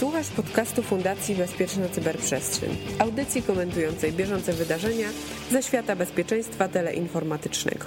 Słuchasz podcastu Fundacji Bezpieczna Cyberprzestrzeń, audycji komentującej bieżące wydarzenia ze świata bezpieczeństwa teleinformatycznego.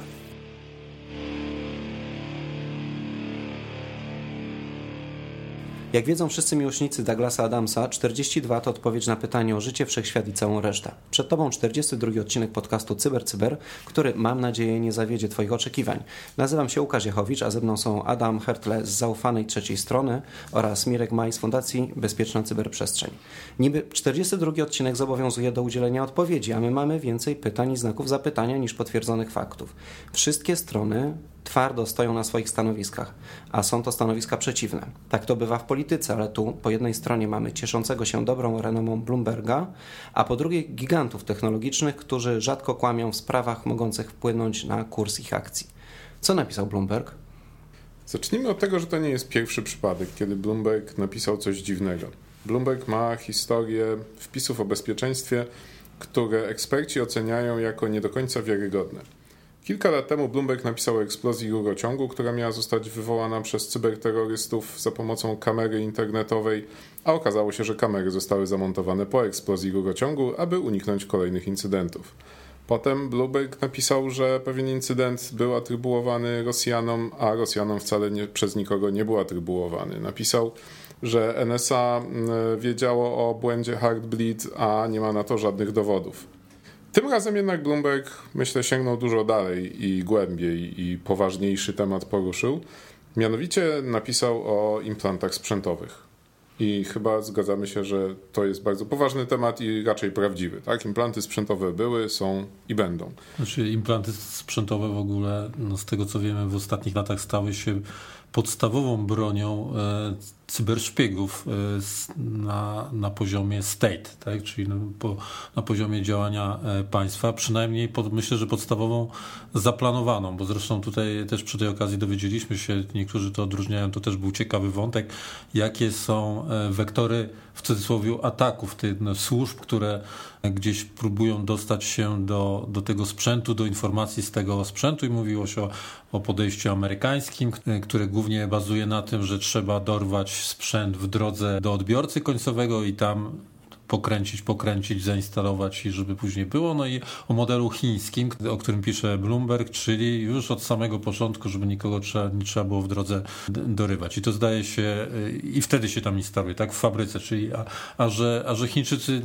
Jak wiedzą wszyscy miłośnicy Douglasa Adamsa, 42 to odpowiedź na pytanie o życie, wszechświat i całą resztę. Przed Tobą 42 odcinek podcastu Cyber, który, mam nadzieję, nie zawiedzie Twoich oczekiwań. Nazywam się Łukasz Jachowicz, a ze mną są Adam Hertle z zaufanej trzeciej strony oraz Mirek Maj z Fundacji Bezpieczna Cyberprzestrzeń. Niby 42 odcinek zobowiązuje do udzielenia odpowiedzi, a my mamy więcej pytań i znaków zapytania niż potwierdzonych faktów. Wszystkie strony twardo stoją na swoich stanowiskach, a są to stanowiska przeciwne. Tak to bywa w polityce, ale tu po jednej stronie mamy cieszącego się dobrą renomą Bloomberga, a po drugiej gigantów technologicznych, którzy rzadko kłamią w sprawach mogących wpłynąć na kurs ich akcji. Co napisał Bloomberg? Zacznijmy od tego, że to nie jest pierwszy przypadek, kiedy Bloomberg napisał coś dziwnego. Bloomberg ma historię wpisów o bezpieczeństwie, które eksperci oceniają jako nie do końca wiarygodne. Kilka lat temu Bloomberg napisał o eksplozji rurociągu, która miała zostać wywołana przez cyberterrorystów za pomocą kamery internetowej, a okazało się, że kamery zostały zamontowane po eksplozji rurociągu, aby uniknąć kolejnych incydentów. Potem Bloomberg napisał, że pewien incydent był atrybuowany Rosjanom, a Rosjanom wcale przez nikogo nie był atrybuowany. Napisał, że NSA wiedziało o błędzie Heartbleed, a nie ma na to żadnych dowodów. Tym razem jednak Bloomberg, myślę, sięgnął dużo dalej i głębiej i poważniejszy temat poruszył. Mianowicie napisał o implantach sprzętowych. I chyba zgadzamy się, że to jest bardzo poważny temat i raczej prawdziwy. Tak? Implanty sprzętowe były, są i będą. Znaczy implanty sprzętowe w ogóle, z tego co wiemy, w ostatnich latach stały się podstawową bronią cyberszpiegów na poziomie state, tak? Czyli na poziomie działania państwa, przynajmniej myślę, że podstawową zaplanowaną, bo zresztą tutaj też przy tej okazji dowiedzieliśmy się, niektórzy to odróżniają, to też był ciekawy wątek, jakie są wektory w cudzysłowie ataków tych służb, które gdzieś próbują dostać się do tego sprzętu, do informacji z tego sprzętu i mówiło się o podejściu amerykańskim, które głównie bazuje na tym, że trzeba dorwać sprzęt w drodze do odbiorcy końcowego i tam pokręcić, zainstalować i żeby później było. No i o modelu chińskim, o którym pisze Bloomberg, czyli już od samego początku, żeby nikogo nie trzeba było w drodze dorywać. I to zdaje się, i wtedy się tam instaluje, tak, w fabryce, czyli a że Chińczycy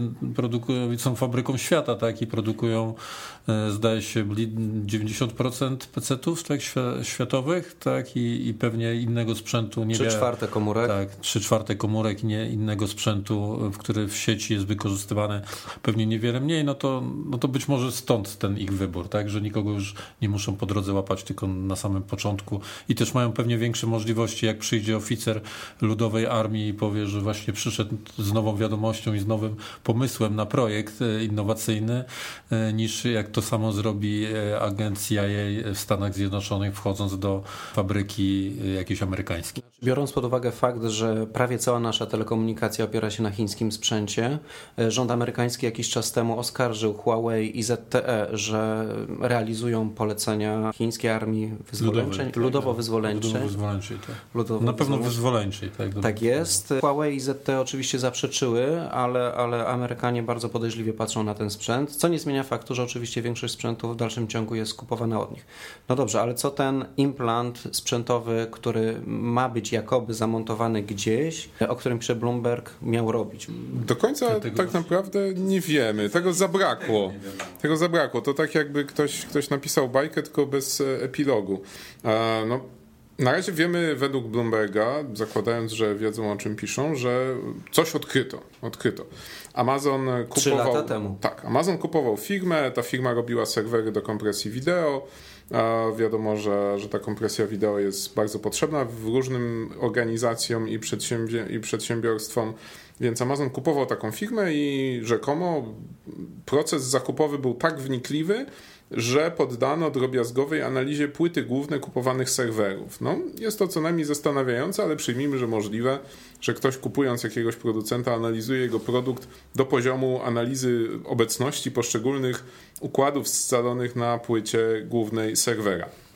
są fabryką świata, tak, i produkują, zdaje się, 90% PC-ów, tak, światowych, tak, i pewnie innego sprzętu niewiele. 3/4 komórek. Tak, 3/4 komórek, nie innego sprzętu, który w sieci jest wykorzystywany pewnie niewiele mniej, no to być może stąd ten ich wybór, tak, że nikogo już nie muszą po drodze łapać tylko na samym początku i też mają pewnie większe możliwości, jak przyjdzie oficer ludowej armii i powie, że właśnie przyszedł z nową wiadomością i z nowym pomysłem na projekt innowacyjny, niż jak to samo zrobi agent CIA w Stanach Zjednoczonych, wchodząc do fabryki jakiejś amerykańskiej. Biorąc pod uwagę fakt, że prawie cała nasza telekomunikacja opiera się na chińskim sprzęcie, rząd amerykański jakiś czas temu oskarżył Huawei i ZTE, że realizują polecenia chińskiej armii wyzwoleńczej, ludowo-wyzwoleńczej. Tak. Na pewno wyzwoleńczej. Tak jest. Huawei i ZTE oczywiście zaprzeczyły, ale Amerykanie bardzo podejrzliwie patrzą na ten sprzęt, co nie zmienia faktu, że oczywiście większość sprzętu w dalszym ciągu jest kupowana od nich. No dobrze, ale co ten implant sprzętowy, który ma być jakoby zamontowany gdzieś, o którym pisze Bloomberg, miał robić? Do końca tak naprawdę nie wiemy. Tego zabrakło. To tak jakby ktoś napisał bajkę, tylko bez epilogu. Na razie wiemy według Bloomberga, zakładając, że wiedzą o czym piszą, że coś odkryto. Amazon kupował 3 lata temu. Tak, Amazon kupował firmę, ta firma robiła serwery do kompresji wideo. Wiadomo, że ta kompresja wideo jest bardzo potrzebna w różnym organizacjom i przedsiębiorstwom, więc Amazon kupował taką firmę i rzekomo proces zakupowy był tak wnikliwy, że poddano drobiazgowej analizie płyty główne kupowanych serwerów. No, jest to co najmniej zastanawiające, ale przyjmijmy, że możliwe, że ktoś kupując jakiegoś producenta analizuje jego produkt do poziomu analizy obecności poszczególnych układów scalonych na płycie głównej serwera.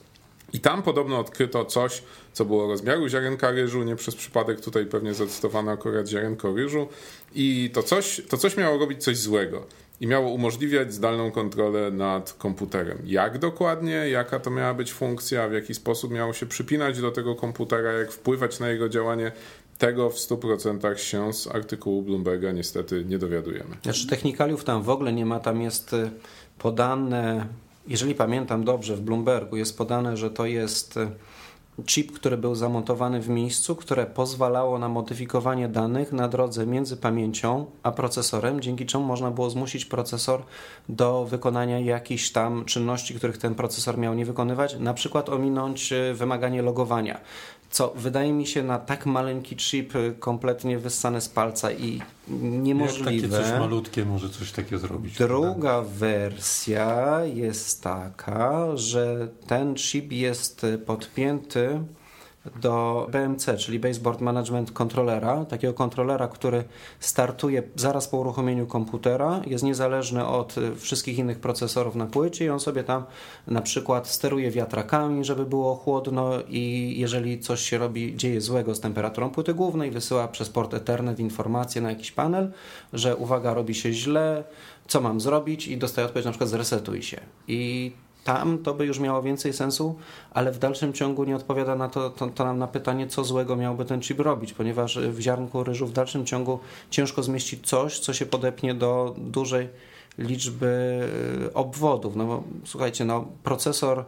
I tam podobno odkryto coś, co było rozmiaru ziarenka ryżu, nie przez przypadek tutaj pewnie zacytowano akurat ziarenko ryżu. I to coś miało robić coś złego. I miało umożliwiać zdalną kontrolę nad komputerem. Jak dokładnie, jaka to miała być funkcja, w jaki sposób miało się przypinać do tego komputera, jak wpływać na jego działanie, tego w 100% się z artykułu Bloomberga niestety nie dowiadujemy. Znaczy technikaliów tam w ogóle nie ma, tam jest podane, jeżeli pamiętam dobrze, w Bloombergu jest podane, że to jest chip, który był zamontowany w miejscu, które pozwalało na modyfikowanie danych na drodze między pamięcią a procesorem, dzięki czemu można było zmusić procesor do wykonania jakichś tam czynności, których ten procesor miał nie wykonywać, na przykład ominąć wymaganie logowania, co wydaje mi się na tak maleńki chip kompletnie wyssane z palca i niemożliwe. Jak takie coś malutkie może coś takiego zrobić. Druga wersja jest taka, że ten chip jest podpięty do BMC, czyli Baseboard Management Controllera, takiego kontrolera, który startuje zaraz po uruchomieniu komputera, jest niezależny od wszystkich innych procesorów na płycie i on sobie tam na przykład steruje wiatrakami, żeby było chłodno i jeżeli coś się dzieje złego z temperaturą płyty głównej, wysyła przez port Ethernet informację na jakiś panel, że uwaga, robi się źle, co mam zrobić i dostaje odpowiedź na przykład zresetuj się. I tam to by już miało więcej sensu, ale w dalszym ciągu nie odpowiada na to nam na pytanie, co złego miałby ten chip robić, ponieważ w ziarnku ryżu w dalszym ciągu ciężko zmieścić coś, co się podepnie do dużej liczby obwodów. No bo słuchajcie, procesor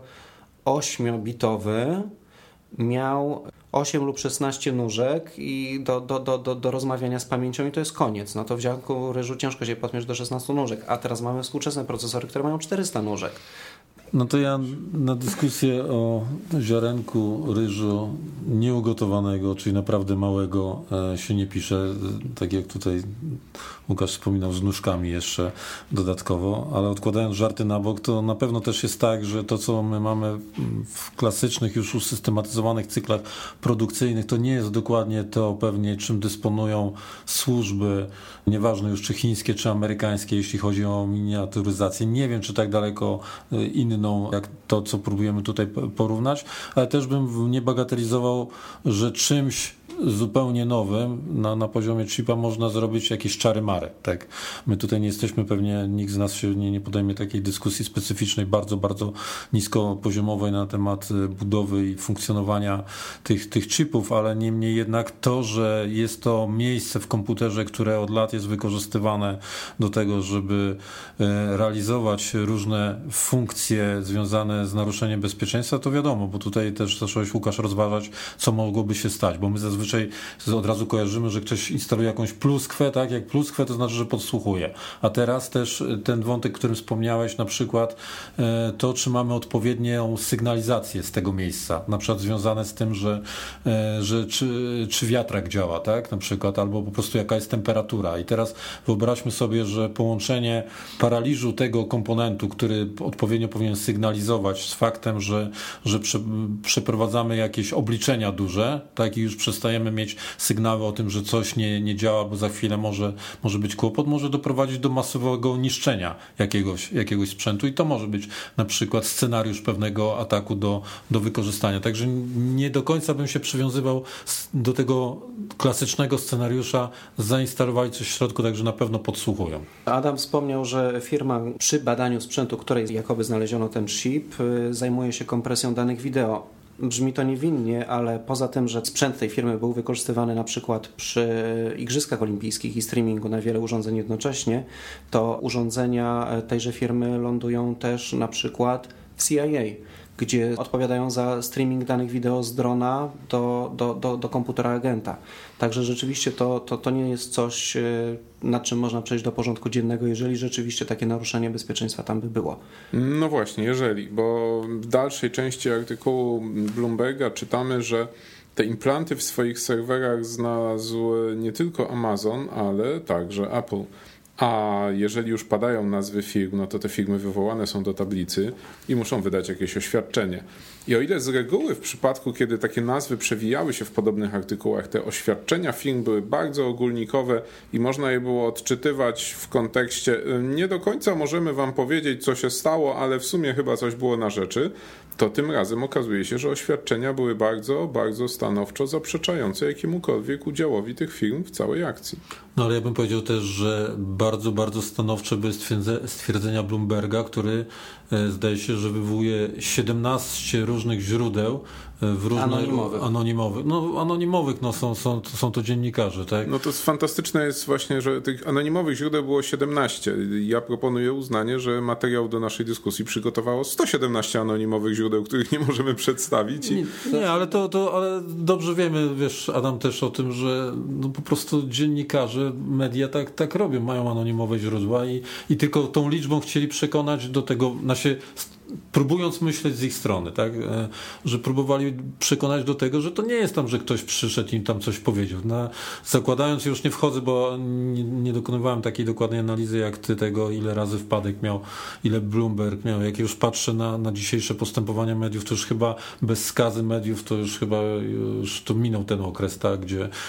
8-bitowy miał 8 lub 16 nóżek i do rozmawiania z pamięcią i to jest koniec. No to w ziarnku ryżu ciężko się podpiąć do 16 nóżek, a teraz mamy współczesne procesory, które mają 400 nóżek. No to ja na dyskusję o ziarenku ryżu nieugotowanego, czyli naprawdę małego, się nie piszę, tak jak tutaj Łukasz wspominał, z nóżkami jeszcze dodatkowo, ale odkładając żarty na bok, to na pewno też jest tak, że to, co my mamy w klasycznych, już usystematyzowanych cyklach produkcyjnych, to nie jest dokładnie to pewnie, czym dysponują służby, nieważne już czy chińskie, czy amerykańskie, jeśli chodzi o miniaturyzację. Nie wiem, czy tak daleko inną, jak to, co próbujemy tutaj porównać, ale też bym nie bagatelizował, że czymś zupełnie nowym na poziomie chipa można zrobić jakieś czary-mary. Tak? My tutaj nie jesteśmy, pewnie nikt z nas się nie podejmie takiej dyskusji specyficznej, bardzo, bardzo niskopoziomowej na temat budowy i funkcjonowania tych chipów, ale niemniej jednak to, że jest to miejsce w komputerze, które od lat jest wykorzystywane do tego, żeby realizować różne funkcje związane z naruszeniem bezpieczeństwa, to wiadomo, bo tutaj też zacząłeś, Łukasz, rozważać, co mogłoby się stać, bo my zazwyczaj od razu kojarzymy, że ktoś instaluje jakąś pluskwę, tak? Jak pluskwę, to znaczy, że podsłuchuje. A teraz też ten wątek, o którym wspomniałeś, na przykład to, czy mamy odpowiednią sygnalizację z tego miejsca, na przykład związane z tym, że czy wiatrak działa, tak? Na przykład, albo po prostu jaka jest temperatura. I teraz wyobraźmy sobie, że połączenie paraliżu tego komponentu, który odpowiednio powinien sygnalizować z faktem, że przeprowadzamy jakieś obliczenia duże, tak? I już przestajemy mieć sygnały o tym, że coś nie działa, bo za chwilę może być kłopot, może doprowadzić do masowego niszczenia jakiegoś sprzętu i to może być na przykład scenariusz pewnego ataku do wykorzystania. Także nie do końca bym się przywiązywał do tego klasycznego scenariusza, zainstalowali coś w środku, także na pewno podsłuchują. Adam wspomniał, że firma przy badaniu sprzętu, której jakoby znaleziono ten chip, zajmuje się kompresją danych wideo. Brzmi to niewinnie, ale poza tym, że sprzęt tej firmy był wykorzystywany na przykład przy Igrzyskach Olimpijskich i streamingu na wiele urządzeń jednocześnie, to urządzenia tejże firmy lądują też na przykład w CIA, gdzie odpowiadają za streaming danych wideo z drona do komputera agenta. Także rzeczywiście to nie jest coś, nad czym można przejść do porządku dziennego, jeżeli rzeczywiście takie naruszenie bezpieczeństwa tam by było. No właśnie, jeżeli, bo w dalszej części artykułu Bloomberga czytamy, że te implanty w swoich serwerach znalazł nie tylko Amazon, ale także Apple. A jeżeli już padają nazwy firm, no to te firmy wywołane są do tablicy i muszą wydać jakieś oświadczenie. I o ile z reguły w przypadku, kiedy takie nazwy przewijały się w podobnych artykułach, te oświadczenia firm były bardzo ogólnikowe i można je było odczytywać w kontekście nie do końca możemy wam powiedzieć, co się stało, ale w sumie chyba coś było na rzeczy, to tym razem okazuje się, że oświadczenia były bardzo, bardzo stanowczo zaprzeczające jakiemukolwiek udziałowi tych firm w całej akcji. No ale ja bym powiedział też, że bardzo, bardzo stanowcze były stwierdzenia Bloomberga, który zdaje się, że wywołuje 17 różnych źródeł w różnych anonimowych, są to dziennikarze, tak? No to fantastyczne jest właśnie, że tych anonimowych źródeł było 17. Ja proponuję uznanie, że materiał do naszej dyskusji przygotowało 117 anonimowych źródeł, których nie możemy przedstawić. Nie, ale ale dobrze wiemy, wiesz, Adam, też o tym, że no po prostu dziennikarze, media tak robią, mają anonimowe źródła i tylko tą liczbą chcieli przekonać do tego, próbując myśleć z ich strony, tak, że próbowali przekonać do tego, że to nie jest tam, że ktoś przyszedł i im tam coś powiedział. Zakładając, już nie wchodzę, bo nie dokonywałem takiej dokładnej analizy jak ty tego, ile razy wpadek miał, ile Bloomberg miał. Jak już patrzę na dzisiejsze postępowania mediów, to już chyba bez skazy mediów, to już chyba to minął ten okres, tak,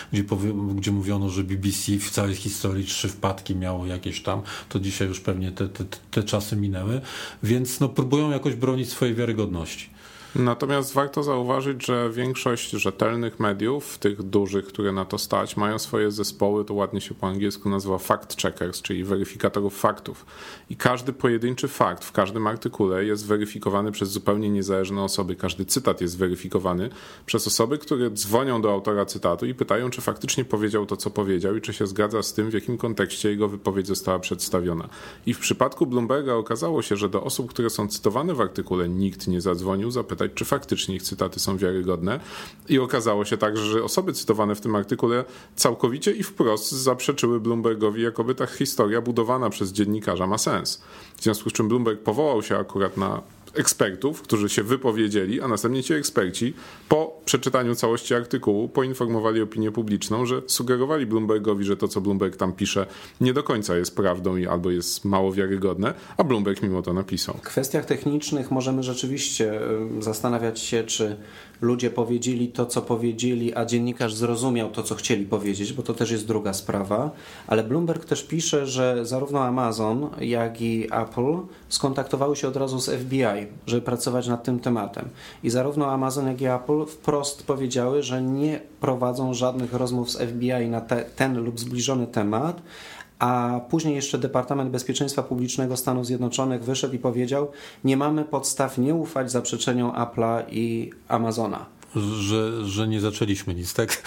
gdzie mówiono, że BBC w całej historii 3 wpadki miało jakieś tam, to dzisiaj już pewnie te czasy minęły, więc próbują jakoś bronić swojej wiarygodności. Natomiast warto zauważyć, że większość rzetelnych mediów, tych dużych, które na to stać, mają swoje zespoły, to ładnie się po angielsku nazywa fact-checkers, czyli weryfikatorów faktów. I każdy pojedynczy fakt w każdym artykule jest weryfikowany przez zupełnie niezależne osoby. Każdy cytat jest weryfikowany przez osoby, które dzwonią do autora cytatu i pytają, czy faktycznie powiedział to, co powiedział i czy się zgadza z tym, w jakim kontekście jego wypowiedź została przedstawiona. I w przypadku Bloomberga okazało się, że do osób, które są cytowane w artykule, nikt nie zadzwonił zapytać, czy faktycznie ich cytaty są wiarygodne. I okazało się także, że osoby cytowane w tym artykule całkowicie i wprost zaprzeczyły Bloombergowi, jakoby ta historia budowana przez dziennikarza ma sens. W związku z czym Bloomberg powołał się akurat na ekspertów, którzy się wypowiedzieli, a następnie ci eksperci po przeczytaniu całości artykułu poinformowali opinię publiczną, że sugerowali Bloombergowi, że to, co Bloomberg tam pisze, nie do końca jest prawdą i albo jest mało wiarygodne, a Bloomberg mimo to napisał. W kwestiach technicznych możemy rzeczywiście zastanawiać się, czy ludzie powiedzieli to, co powiedzieli, a dziennikarz zrozumiał to, co chcieli powiedzieć, bo to też jest druga sprawa, ale Bloomberg też pisze, że zarówno Amazon, jak i Apple skontaktowały się od razu z FBI, żeby pracować nad tym tematem. I zarówno Amazon, jak i Apple wprost powiedziały, że nie prowadzą żadnych rozmów z FBI na ten lub zbliżony temat, a później jeszcze Departament Bezpieczeństwa Publicznego Stanów Zjednoczonych wyszedł i powiedział, nie mamy podstaw nie ufać zaprzeczeniom Apple'a i Amazona. Że nie zaczęliśmy nic, tak?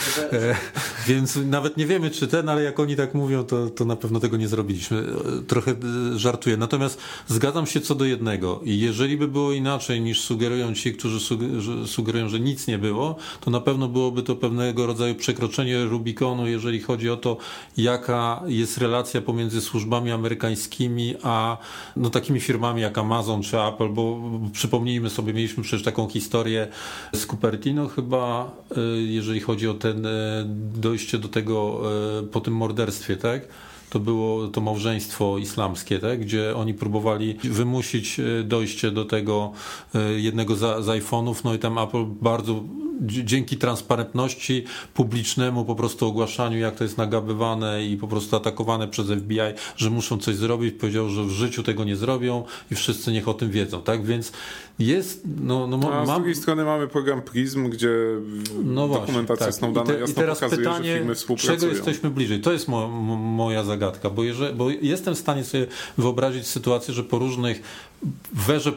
Więc nawet nie wiemy, czy ale jak oni tak mówią, to na pewno tego nie zrobiliśmy. Trochę żartuję. Natomiast zgadzam się co do jednego. I jeżeli by było inaczej niż sugerują ci, którzy sugerują, że nic nie było, to na pewno byłoby to pewnego rodzaju przekroczenie Rubikonu, jeżeli chodzi o to, jaka jest relacja pomiędzy służbami amerykańskimi a takimi firmami jak Amazon czy Apple, bo przypomnijmy sobie, mieliśmy przecież taką historię z Cupertino chyba, jeżeli chodzi o dojście do tego po tym morderstwie, tak? To było to małżeństwo islamskie, tak? Gdzie oni próbowali wymusić dojście do tego jednego z iPhone'ów, i tam Apple bardzo dzięki transparentności, publicznemu po prostu ogłaszaniu, jak to jest nagabywane i po prostu atakowane przez FBI, że muszą coś zrobić, powiedział, że w życiu tego nie zrobią i wszyscy niech o tym wiedzą, tak? Więc jest... A z drugiej strony mamy program PRISM, gdzie dokumentacja tak. Snowdena jasno pokazuje, pytanie, że firmy współpracują. czego jesteśmy bliżej? To jest moja zagadka, bo jestem w stanie sobie wyobrazić sytuację, że po różnych w erze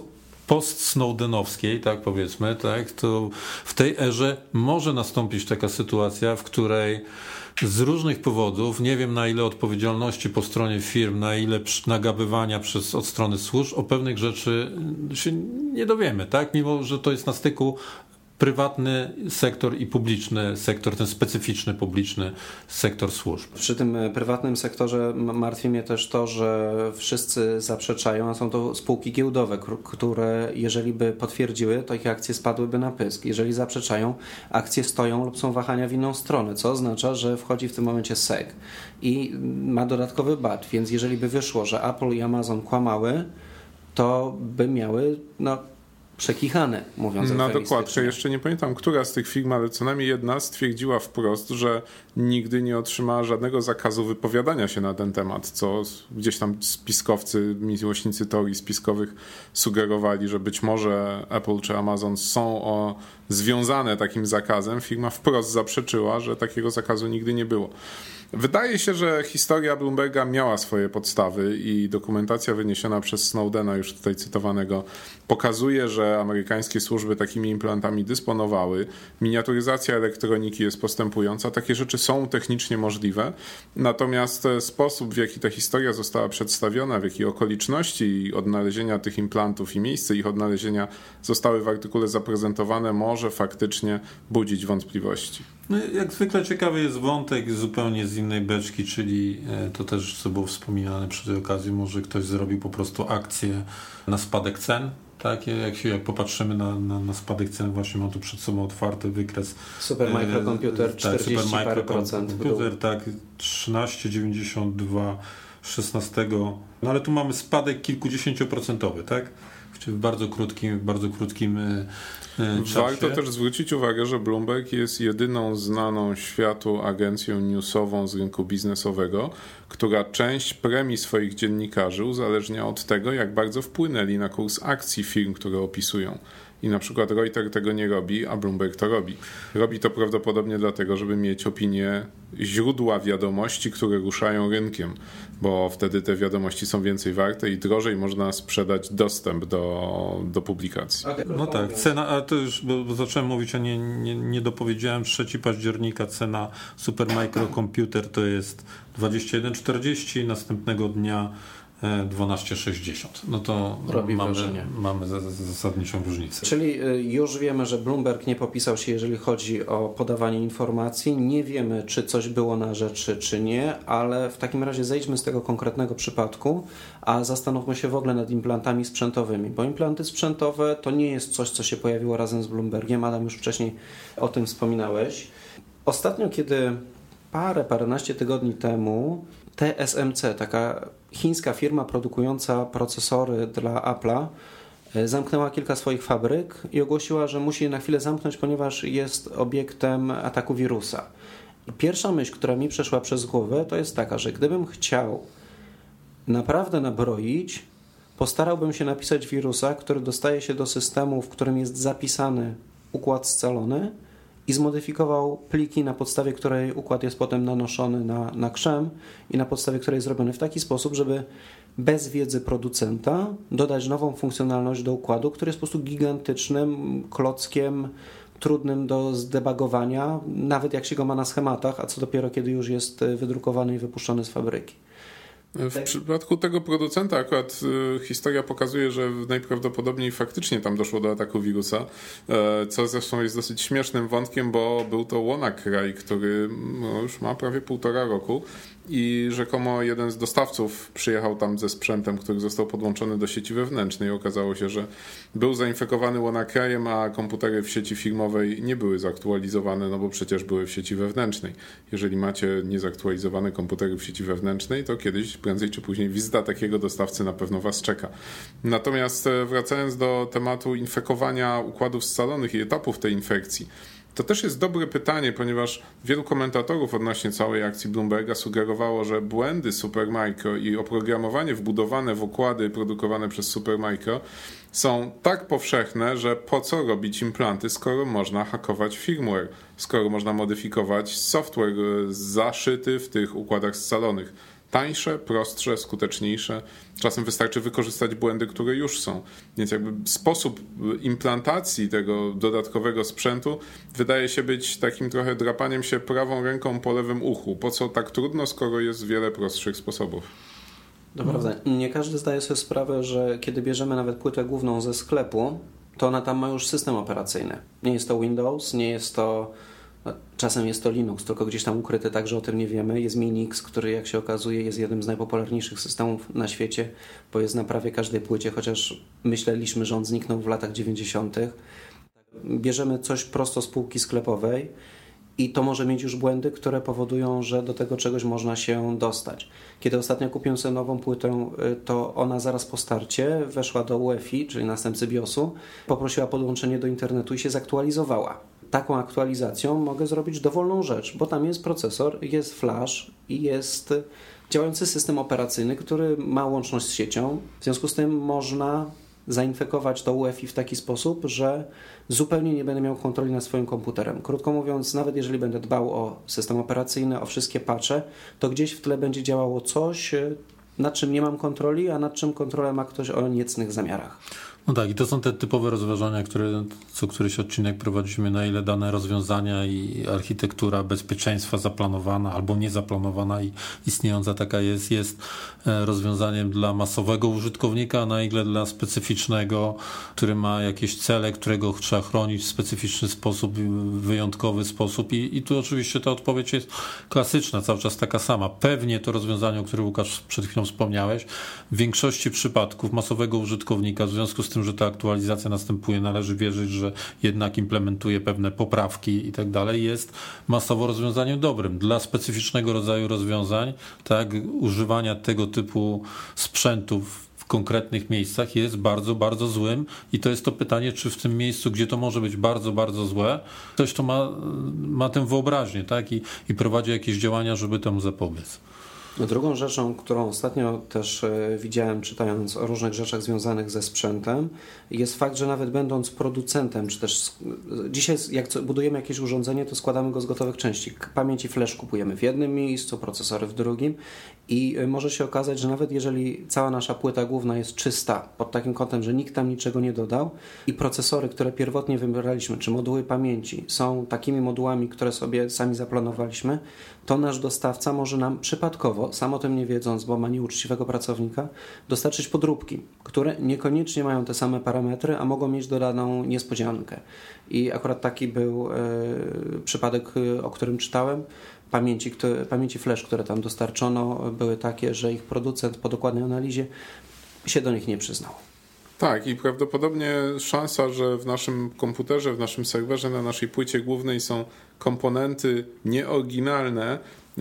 post-snowdenowskiej, tak powiedzmy, tak, to w tej erze może nastąpić taka sytuacja, w której z różnych powodów, nie wiem na ile odpowiedzialności po stronie firm, na ile nagabywania od strony służb, o pewnych rzeczy się nie dowiemy, tak, mimo że to jest na styku prywatny sektor i publiczny sektor, ten specyficzny publiczny sektor służb. Przy tym prywatnym sektorze martwi mnie też to, że wszyscy zaprzeczają, a są to spółki giełdowe, które jeżeli by potwierdziły, to ich akcje spadłyby na pysk. Jeżeli zaprzeczają, akcje stoją lub są wahania w inną stronę, co oznacza, że wchodzi w tym momencie SEC i ma dodatkowy bat, więc jeżeli by wyszło, że Apple i Amazon kłamały, to by miały przekichane, mówiąc Na eufemistycznie. dokładkę, jeszcze nie pamiętam, która z tych firm, ale co najmniej jedna stwierdziła wprost, że nigdy nie otrzymała żadnego zakazu wypowiadania się na ten temat, co gdzieś tam spiskowcy, miłośnicy teorii spiskowych sugerowali, że być może Apple czy Amazon są związane takim zakazem. Firma wprost zaprzeczyła, że takiego zakazu nigdy nie było. Wydaje się, że historia Bloomberga miała swoje podstawy i dokumentacja wyniesiona przez Snowdena, już tutaj cytowanego, pokazuje, że amerykańskie służby takimi implantami dysponowały. Miniaturyzacja elektroniki jest postępująca, takie rzeczy są technicznie możliwe, natomiast sposób, w jaki ta historia została przedstawiona, w jakiej okoliczności odnalezienia tych implantów i miejsce ich odnalezienia zostały w artykule zaprezentowane, może faktycznie budzić wątpliwości. No, jak zwykle ciekawy jest wątek zupełnie z innej beczki, czyli to też, co było wspominane przy tej okazji, może ktoś zrobił po prostu akcję na spadek cen. Tak, jak popatrzymy na spadek cen, właśnie mam tu przed sobą otwarty wykres. Supermicrocomputer 40 parę procent. Komputer, tak, 13,92 16. No ale tu mamy spadek kilkudziesięcioprocentowy, tak? W bardzo krótkim czasie. Warto też zwrócić uwagę, że Bloomberg jest jedyną znaną światu agencją newsową z rynku biznesowego, która część premii swoich dziennikarzy uzależnia od tego, jak bardzo wpłynęli na kurs akcji firm, które opisują. I na przykład Reuters tego nie robi, a Bloomberg to robi. Robi to prawdopodobnie dlatego, żeby mieć opinię źródła wiadomości, które ruszają rynkiem, bo wtedy te wiadomości są więcej warte i drożej można sprzedać dostęp do publikacji. No tak, cena, ale to już, bo zacząłem mówić, a nie dopowiedziałem, 3 października cena Supermicrocomputer to jest 21,40, następnego dnia 12,60. No to mamy zasadniczą różnicę. Czyli już wiemy, że Bloomberg nie popisał się, jeżeli chodzi o podawanie informacji. Nie wiemy, czy coś było na rzeczy, czy nie, ale w takim razie zejdźmy z tego konkretnego przypadku, a zastanówmy się w ogóle nad implantami sprzętowymi, bo implanty sprzętowe to nie jest coś, co się pojawiło razem z Bloombergiem. Adam, już wcześniej o tym wspominałeś. Ostatnio, kiedy paręnaście tygodni temu TSMC, taka chińska firma produkująca procesory dla Apple'a, zamknęła kilka swoich fabryk i ogłosiła, że musi je na chwilę zamknąć, ponieważ jest obiektem ataku wirusa. I pierwsza myśl, która mi przeszła przez głowę, to jest taka, że gdybym chciał naprawdę nabroić, postarałbym się napisać wirusa, który dostaje się do systemu, w którym jest zapisany układ scalony, i zmodyfikował pliki, na podstawie której układ jest potem nanoszony na krzem i na podstawie której jest zrobiony w taki sposób, żeby bez wiedzy producenta dodać nową funkcjonalność do układu, który jest po prostu gigantycznym klockiem, trudnym do zdebugowania, nawet jak się go ma na schematach, a co dopiero kiedy już jest wydrukowany i wypuszczony z fabryki. W przypadku tego producenta akurat historia pokazuje, że najprawdopodobniej faktycznie tam doszło do ataku wirusa, co zresztą jest dosyć śmiesznym wątkiem, bo był to WannaCry, który już ma prawie 1,5 roku i rzekomo jeden z dostawców przyjechał tam ze sprzętem, który został podłączony do sieci wewnętrznej. Okazało się, że był zainfekowany WannaCryem, a komputery w sieci firmowej nie były zaktualizowane, no bo przecież były w sieci wewnętrznej. Jeżeli macie niezaktualizowane komputery w sieci wewnętrznej, to kiedyś, prędzej czy później, wizyta takiego dostawcy na pewno was czeka. Natomiast wracając do tematu infekowania układów scalonych i etapów tej infekcji, to też jest dobre pytanie, ponieważ wielu komentatorów odnośnie całej akcji Bloomberga sugerowało, że błędy Supermicro i oprogramowanie wbudowane w układy produkowane przez Supermicro są tak powszechne, że po co robić implanty, skoro można hakować firmware, skoro można modyfikować software zaszyty w tych układach scalonych. Tańsze, prostsze, skuteczniejsze. Czasem wystarczy wykorzystać błędy, które już są. Więc jakby sposób implantacji tego dodatkowego sprzętu wydaje się być takim trochę drapaniem się prawą ręką po lewym uchu. Po co tak trudno, skoro jest wiele prostszych sposobów? To prawda. Nie każdy zdaje sobie sprawę, że kiedy bierzemy nawet płytę główną ze sklepu, to ona tam ma już system operacyjny. Nie jest to Windows, nie jest to... Czasem jest to Linux, tylko gdzieś tam ukryty, także o tym nie wiemy. Jest Minix, który, jak się okazuje, jest jednym z najpopularniejszych systemów na świecie, bo jest na prawie każdej płycie, chociaż myśleliśmy, że on zniknął w latach 90. Bierzemy coś prosto z półki sklepowej i to może mieć już błędy, które powodują, że do tego czegoś można się dostać. Kiedy ostatnio kupiłem sobie nową płytę, to ona zaraz po starcie weszła do UEFI, czyli następcy BIOS-u, poprosiła podłączenie do internetu i się zaktualizowała. Taką aktualizacją mogę zrobić dowolną rzecz, bo tam jest procesor, jest flash i jest działający system operacyjny, który ma łączność z siecią. W związku z tym można zainfekować to UEFI w taki sposób, że zupełnie nie będę miał kontroli nad swoim komputerem. Krótko mówiąc, nawet jeżeli będę dbał o system operacyjny, o wszystkie patche, to gdzieś w tle będzie działało coś, nad czym nie mam kontroli, a nad czym kontrolę ma ktoś o niecnych zamiarach. No tak, i to są te typowe rozważania, które co któryś odcinek prowadzimy, na ile dane rozwiązania i architektura bezpieczeństwa zaplanowana albo niezaplanowana i istniejąca taka jest rozwiązaniem dla masowego użytkownika, a na ile dla specyficznego, który ma jakieś cele, którego trzeba chronić w specyficzny sposób, wyjątkowy sposób. I tu oczywiście ta odpowiedź jest klasyczna, cały czas taka sama. Pewnie to rozwiązanie, o którym Łukasz przed chwilą wspomniałeś, w większości przypadków masowego użytkownika, w związku z tym, że ta aktualizacja następuje, należy wierzyć, że jednak implementuje pewne poprawki i tak dalej, jest masowo rozwiązaniem dobrym. Dla specyficznego rodzaju rozwiązań, tak, używania tego typu sprzętów w konkretnych miejscach jest bardzo, bardzo złym i to jest to pytanie, czy w tym miejscu, gdzie to może być bardzo, bardzo złe, ktoś to ma tę wyobraźnię, tak, i prowadzi jakieś działania, żeby temu zapobiec. Drugą rzeczą, którą ostatnio też widziałem, czytając o różnych rzeczach związanych ze sprzętem, jest fakt, że nawet będąc producentem, czy też dzisiaj jak budujemy jakieś urządzenie, to składamy go z gotowych części. Pamięć i flash kupujemy w jednym miejscu, procesory w drugim i może się okazać, że nawet jeżeli cała nasza płyta główna jest czysta, pod takim kątem, że nikt tam niczego nie dodał i procesory, które pierwotnie wybraliśmy, czy moduły pamięci są takimi modułami, które sobie sami zaplanowaliśmy, to nasz dostawca może nam przypadkowo, sam o tym nie wiedząc, bo ma nieuczciwego pracownika, dostarczyć podróbki, które niekoniecznie mają te same parametry, a mogą mieć dodaną niespodziankę. I akurat taki był przypadek, o którym czytałem. Pamięci flash, które tam dostarczono, były takie, że ich producent po dokładnej analizie się do nich nie przyznał. Tak, i prawdopodobnie szansa, że w naszym komputerze, w naszym serwerze, na naszej płycie głównej są komponenty nieoryginalne,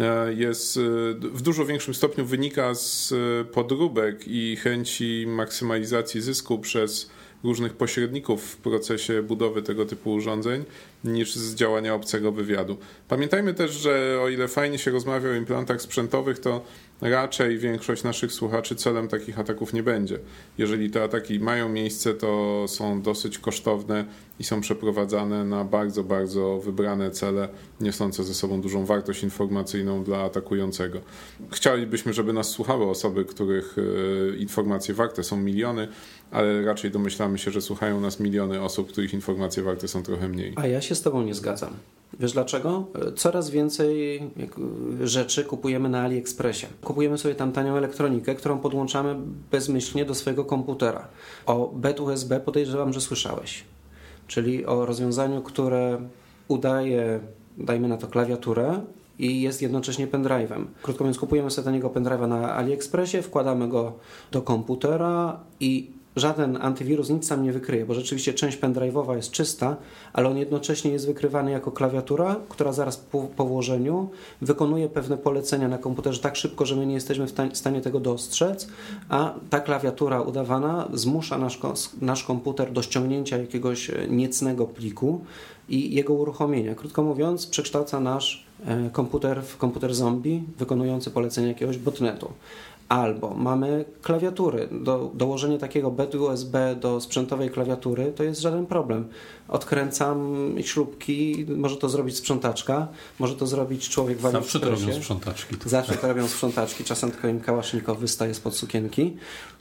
jest w dużo większym stopniu wynika z podróbek i chęci maksymalizacji zysku przez różnych pośredników w procesie budowy tego typu urządzeń niż z działania obcego wywiadu. Pamiętajmy też, że o ile fajnie się rozmawia o implantach sprzętowych, to raczej większość naszych słuchaczy celem takich ataków nie będzie. Jeżeli te ataki mają miejsce, to są dosyć kosztowne i są przeprowadzane na bardzo, bardzo wybrane cele, niosące ze sobą dużą wartość informacyjną dla atakującego. Chcielibyśmy, żeby nas słuchały osoby, których informacje warte są miliony, ale raczej domyślamy się, że słuchają nas miliony osób, których informacje warte są trochę mniej. A ja się z Tobą nie zgadzam. Wiesz dlaczego? Coraz więcej rzeczy kupujemy na AliExpressie. Kupujemy sobie tam tanią elektronikę, którą podłączamy bezmyślnie do swojego komputera. O BET USB podejrzewam, że słyszałeś. Czyli o rozwiązaniu, które udaje, dajmy na to, klawiaturę i jest jednocześnie pendrive'em. Krótko mówiąc, kupujemy sobie taniego pendrive'a na AliExpressie, wkładamy go do komputera i żaden antywirus nic tam nie wykryje, bo rzeczywiście część pendrive'owa jest czysta, ale on jednocześnie jest wykrywany jako klawiatura, która zaraz po włożeniu wykonuje pewne polecenia na komputerze tak szybko, że my nie jesteśmy w stanie tego dostrzec, a ta klawiatura udawana zmusza nasz komputer do ściągnięcia jakiegoś niecnego pliku i jego uruchomienia. Krótko mówiąc, przekształca nasz komputer w komputer zombie wykonujący polecenia jakiegoś botnetu. Albo mamy klawiatury. Dołożenie takiego BET USB do sprzętowej klawiatury to jest żaden problem. Odkręcam śrubki, może to zrobić sprzątaczka, może to zrobić człowiek w AliExpressie. Zawsze to robią sprzątaczki. Zawsze to robią sprzątaczki, czasem tylko im kałasznikow wystaje spod sukienki.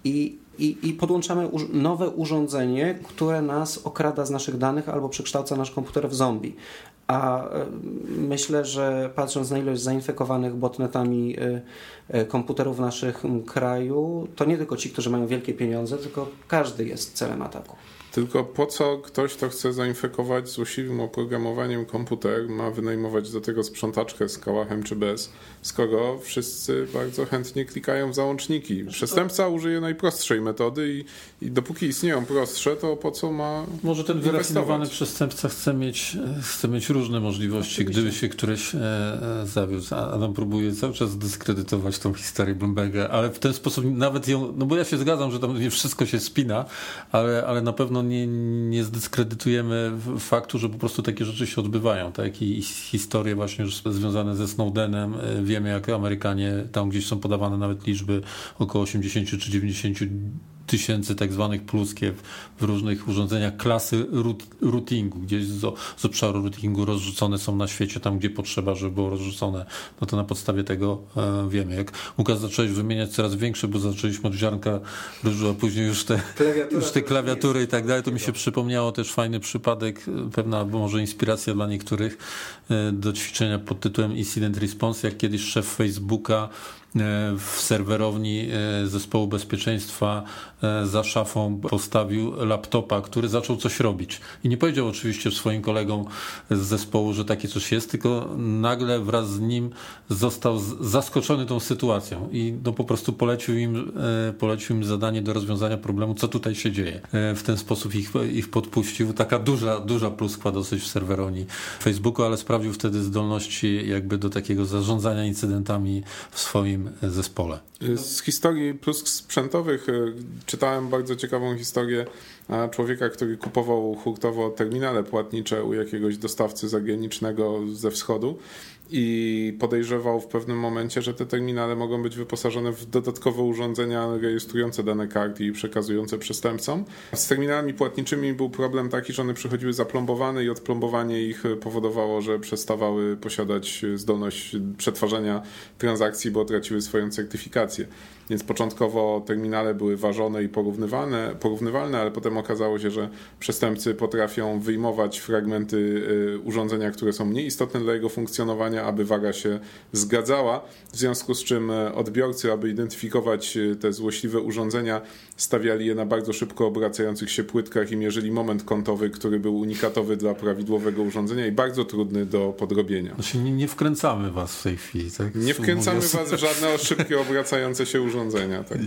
I podłączamy nowe urządzenie, które nas okrada z naszych danych albo przekształca nasz komputer w zombie. A myślę, że patrząc na ilość zainfekowanych botnetami komputerów w naszym kraju, to nie tylko ci, którzy mają wielkie pieniądze, tylko każdy jest celem ataku. Tylko po co ktoś, kto chce zainfekować złośliwym oprogramowaniem komputer, ma wynajmować do tego sprzątaczkę z kałachem czy bez, skoro wszyscy bardzo chętnie klikają w załączniki. Przestępca użyje najprostszej metody i dopóki istnieją prostsze, to po co ma Może ten wyrafinowany inwestować? przestępca chce mieć różne możliwości, gdyby się któreś zawiódł. Adam próbuje cały czas zdyskredytować tą historię Bloomberga, ale w ten sposób nawet ją, no bo ja się zgadzam, że tam nie wszystko się spina, ale na pewno nie zdyskredytujemy faktu, że po prostu takie rzeczy się odbywają, tak? I historie właśnie już związane ze Snowdenem, wiemy jak Amerykanie, tam gdzieś są podawane nawet liczby około 80 czy 90 tysięcy tak zwanych pluskiew w różnych urządzeniach klasy routingu, gdzieś z obszaru routingu rozrzucone są na świecie, tam gdzie potrzeba, żeby było rozrzucone. No to na podstawie tego wiemy. Jak Łukasz zacząłeś wymieniać coraz większe, bo zaczęliśmy od ziarnka ryżu, a później już te klawiatury i tak dalej, to mi się przypomniało też fajny przypadek, pewna może inspiracja dla niektórych do ćwiczenia pod tytułem Incident Response, jak kiedyś szef Facebooka w serwerowni zespołu bezpieczeństwa za szafą postawił laptopa, który zaczął coś robić. I nie powiedział oczywiście swoim kolegom z zespołu, że takie coś jest, tylko nagle wraz z nim został zaskoczony tą sytuacją i no po prostu polecił im zadanie do rozwiązania problemu, co tutaj się dzieje. W ten sposób ich podpuścił. Taka duża pluskwa dosyć w serwerowni Facebooku, ale sprawdził wtedy zdolności jakby do takiego zarządzania incydentami w swoim zespole. Z historii plusk sprzętowych czytałem bardzo ciekawą historię człowieka, który kupował hurtowo terminale płatnicze u jakiegoś dostawcy zagranicznego ze wschodu i podejrzewał w pewnym momencie, że te terminale mogą być wyposażone w dodatkowe urządzenia rejestrujące dane kart i przekazujące przestępcom. Z terminalami płatniczymi był problem taki, że one przychodziły zaplombowane i odplombowanie ich powodowało, że przestawały posiadać zdolność przetwarzania transakcji, bo traciły swoją certyfikację. Więc początkowo terminale były ważone i porównywalne, ale potem okazało się, że przestępcy potrafią wyjmować fragmenty urządzenia, które są mniej istotne dla jego funkcjonowania, aby waga się zgadzała, w związku z czym odbiorcy, aby identyfikować te złośliwe urządzenia, stawiali je na bardzo szybko obracających się płytkach i mierzyli moment kątowy, który był unikatowy dla prawidłowego urządzenia i bardzo trudny do podrobienia. Znaczy nie wkręcamy was w tej chwili, tak? Nie wkręcamy was w żadne szybkie obracające się urządzenia. Tak.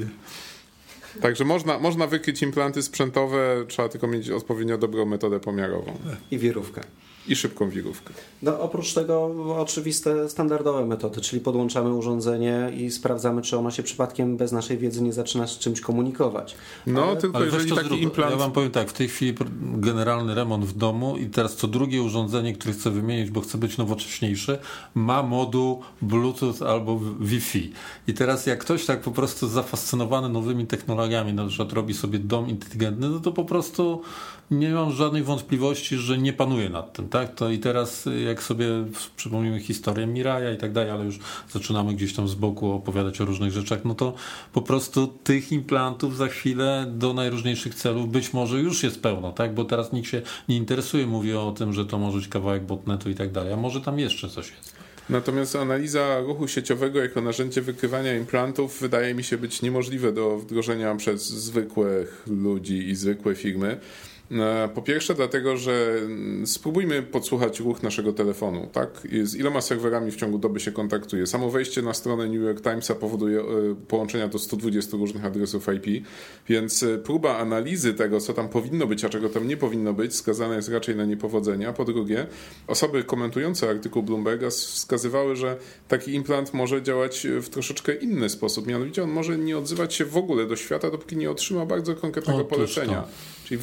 Także można wykryć implanty sprzętowe, trzeba tylko mieć odpowiednio dobrą metodę pomiarową. I wirówkę. I szybką wirówkę. No, oprócz tego oczywiste standardowe metody, czyli podłączamy urządzenie i sprawdzamy, czy ono się przypadkiem bez naszej wiedzy nie zaczyna z czymś komunikować. No, tylko jeżeli taki implant... Ja wam powiem tak, w tej chwili generalny remont w domu i teraz co drugie urządzenie, które chcę wymienić, bo chcę być nowocześniejszy, ma moduł Bluetooth albo Wi-Fi. I teraz jak ktoś tak po prostu zafascynowany nowymi technologiami, na przykład robi sobie dom inteligentny, no to po prostu nie mam żadnej wątpliwości, że nie panuje nad tym, tak? To i teraz jak sobie przypomnimy historię Miraja i tak dalej, ale już zaczynamy gdzieś tam z boku opowiadać o różnych rzeczach, no to po prostu tych implantów za chwilę do najróżniejszych celów być może już jest pełno, tak? Bo teraz nikt się nie interesuje, mówi o tym, że to może być kawałek botnetu i tak dalej, a może tam jeszcze coś jest. Natomiast analiza ruchu sieciowego jako narzędzie wykrywania implantów wydaje mi się być niemożliwe do wdrożenia przez zwykłych ludzi i zwykłe firmy. Po pierwsze dlatego, że spróbujmy podsłuchać ruch naszego telefonu, tak? Z iloma serwerami w ciągu doby się kontaktuje. Samo wejście na stronę New York Timesa powoduje połączenia do 120 różnych adresów IP, więc próba analizy tego, co tam powinno być, a czego tam nie powinno być, skazana jest raczej na niepowodzenia. Po drugie, osoby komentujące artykuł Bloomberga wskazywały, że taki implant może działać w troszeczkę inny sposób. Mianowicie on może nie odzywać się w ogóle do świata, dopóki nie otrzyma bardzo konkretnego polecenia. Czyli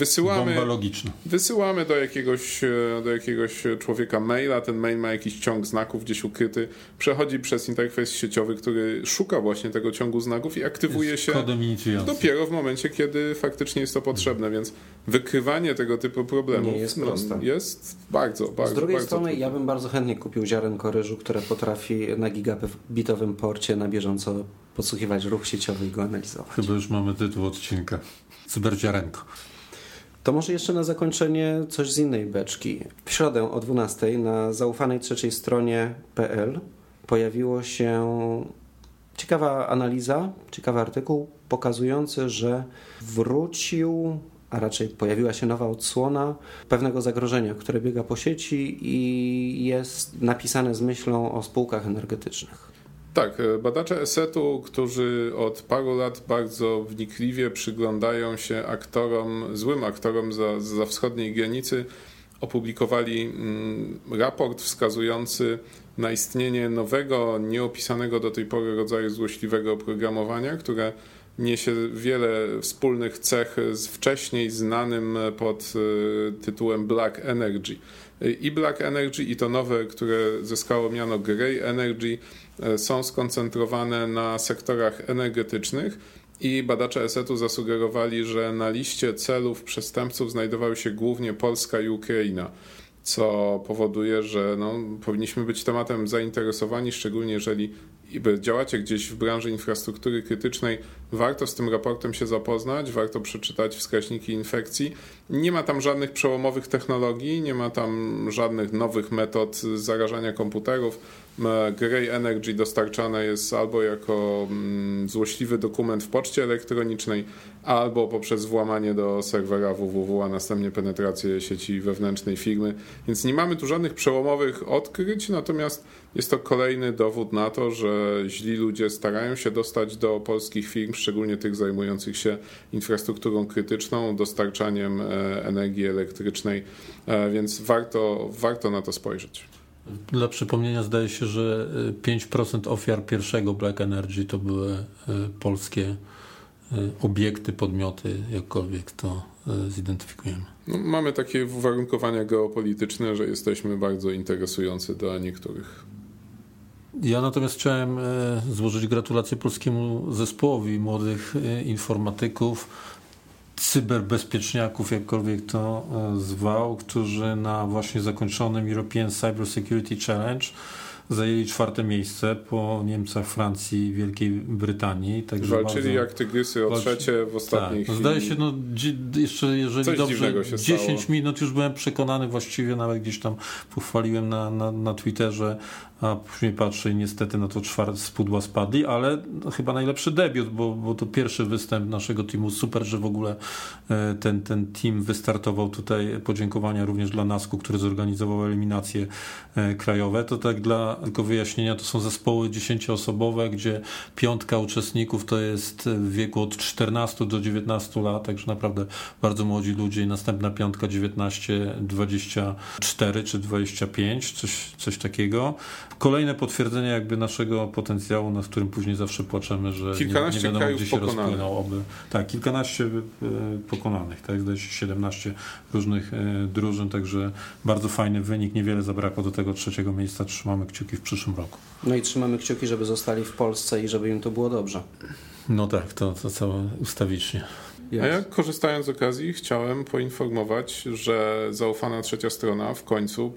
wysyłamy do jakiegoś człowieka maila, ten mail ma jakiś ciąg znaków gdzieś ukryty, przechodzi przez interfejs sieciowy, który szuka właśnie tego ciągu znaków i aktywuje się dopiero w momencie, kiedy faktycznie jest to potrzebne, więc wykrywanie tego typu problemów nie jest proste. Jest bardzo Z drugiej bardzo strony trudne. ja bym bardzo chętnie kupił ziarenko ryżu, które potrafi na gigabitowym porcie na bieżąco podsłuchiwać ruch sieciowy i go analizować. Chyba już mamy tytuł odcinka. Cyberziarenko. To może jeszcze na zakończenie coś z innej beczki. W środę o 12:00 na zaufanej trzeciej stronie PL pojawiło się ciekawa analiza, ciekawy artykuł pokazujący, że wrócił a raczej pojawiła się nowa odsłona pewnego zagrożenia, które biega po sieci i jest napisane z myślą o spółkach energetycznych. Tak, badacze ESET-u, którzy od paru lat bardzo wnikliwie przyglądają się złym aktorom za wschodniej granicy, opublikowali raport wskazujący na istnienie nowego, nieopisanego do tej pory rodzaju złośliwego oprogramowania, które niesie wiele wspólnych cech z wcześniej znanym pod tytułem Black Energy. I Black Energy, i to nowe, które zyskało miano Grey Energy, są skoncentrowane na sektorach energetycznych i badacze ESET-u zasugerowali, że na liście celów przestępców znajdowały się głównie Polska i Ukraina, co powoduje, że powinniśmy być tematem zainteresowani, szczególnie jeżeli działacie gdzieś w branży infrastruktury krytycznej, warto z tym raportem się zapoznać, warto przeczytać wskaźniki infekcji. Nie ma tam żadnych przełomowych technologii, nie ma tam żadnych nowych metod zarażania komputerów. Grey Energy dostarczane jest albo jako złośliwy dokument w poczcie elektronicznej, albo poprzez włamanie do serwera www, a następnie penetrację sieci wewnętrznej firmy. Więc nie mamy tu żadnych przełomowych odkryć, natomiast jest to kolejny dowód na to, że źli ludzie starają się dostać do polskich firm, szczególnie tych zajmujących się infrastrukturą krytyczną, dostarczaniem energii elektrycznej, więc warto na to spojrzeć. Dla przypomnienia zdaje się, że 5% ofiar pierwszego Black Energy to były polskie obiekty, podmioty, jakkolwiek to zidentyfikujemy. Mamy takie uwarunkowania geopolityczne, że jesteśmy bardzo interesujący dla niektórych. Ja natomiast chciałem złożyć gratulacje polskiemu zespołowi młodych informatyków, cyberbezpieczniaków, jakkolwiek to zwał, którzy na właśnie zakończonym European Cyber Security Challenge zajęli 4. miejsce po Niemcach, Francji i Wielkiej Brytanii. Także walczyli jak tygrysy o trzecie w ostatniej chwili. Zdaje się, jeszcze jeżeli coś dobrze, się 10 stało. minut już byłem przekonany, właściwie nawet gdzieś tam pochwaliłem na Twitterze, a później patrzę i niestety na to z pudła spadli, ale chyba najlepszy debiut, bo to pierwszy występ naszego teamu. Super, że w ogóle ten team wystartował tutaj. Podziękowania również dla NASK-u, który zorganizował eliminacje krajowe. To tak dla tylko wyjaśnienia, to są zespoły 10-osobowe, gdzie 5 uczestników to jest w wieku od 14 do 19 lat, także naprawdę bardzo młodzi ludzie i następna 5 19, 24 czy 25, coś takiego. Kolejne potwierdzenie jakby naszego potencjału, nad którym później zawsze płaczemy, że kilkanaście nie wiadomo, krajów gdzie się pokonanych. rozpłynął. Tak, kilkanaście pokonanych, tak, zdaje się 17 różnych drużyn, także bardzo fajny wynik, niewiele zabrakło do tego 3. miejsca, trzymamy kciuki w przyszłym roku. No i trzymamy kciuki, żeby zostali w Polsce i żeby im to było dobrze. No tak, to całe ustawicznie. A ja, korzystając z okazji, chciałem poinformować, że zaufana trzecia strona w końcu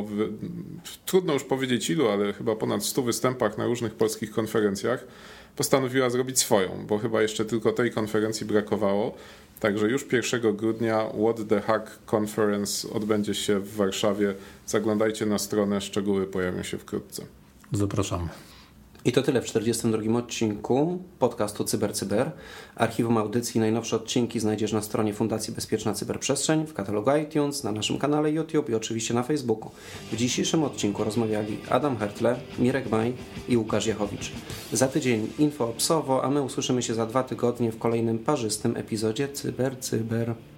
trudno już powiedzieć ilu, ale chyba ponad 100 występach na różnych polskich konferencjach postanowiła zrobić swoją, bo chyba jeszcze tylko tej konferencji brakowało. Także już 1 grudnia What the Hack Conference odbędzie się w Warszawie. Zaglądajcie na stronę, szczegóły pojawią się wkrótce. Zapraszamy. I to tyle w 42. odcinku podcastu CyberCyber. Archiwum audycji i najnowsze odcinki znajdziesz na stronie Fundacji Bezpieczna Cyberprzestrzeń, w katalogu iTunes, na naszym kanale YouTube i oczywiście na Facebooku. W dzisiejszym odcinku rozmawiali Adam Hertle, Mirek Maj i Łukasz Jachowicz. Za tydzień info psowo, a my usłyszymy się za 2 tygodnie w kolejnym parzystym epizodzie CyberCyber.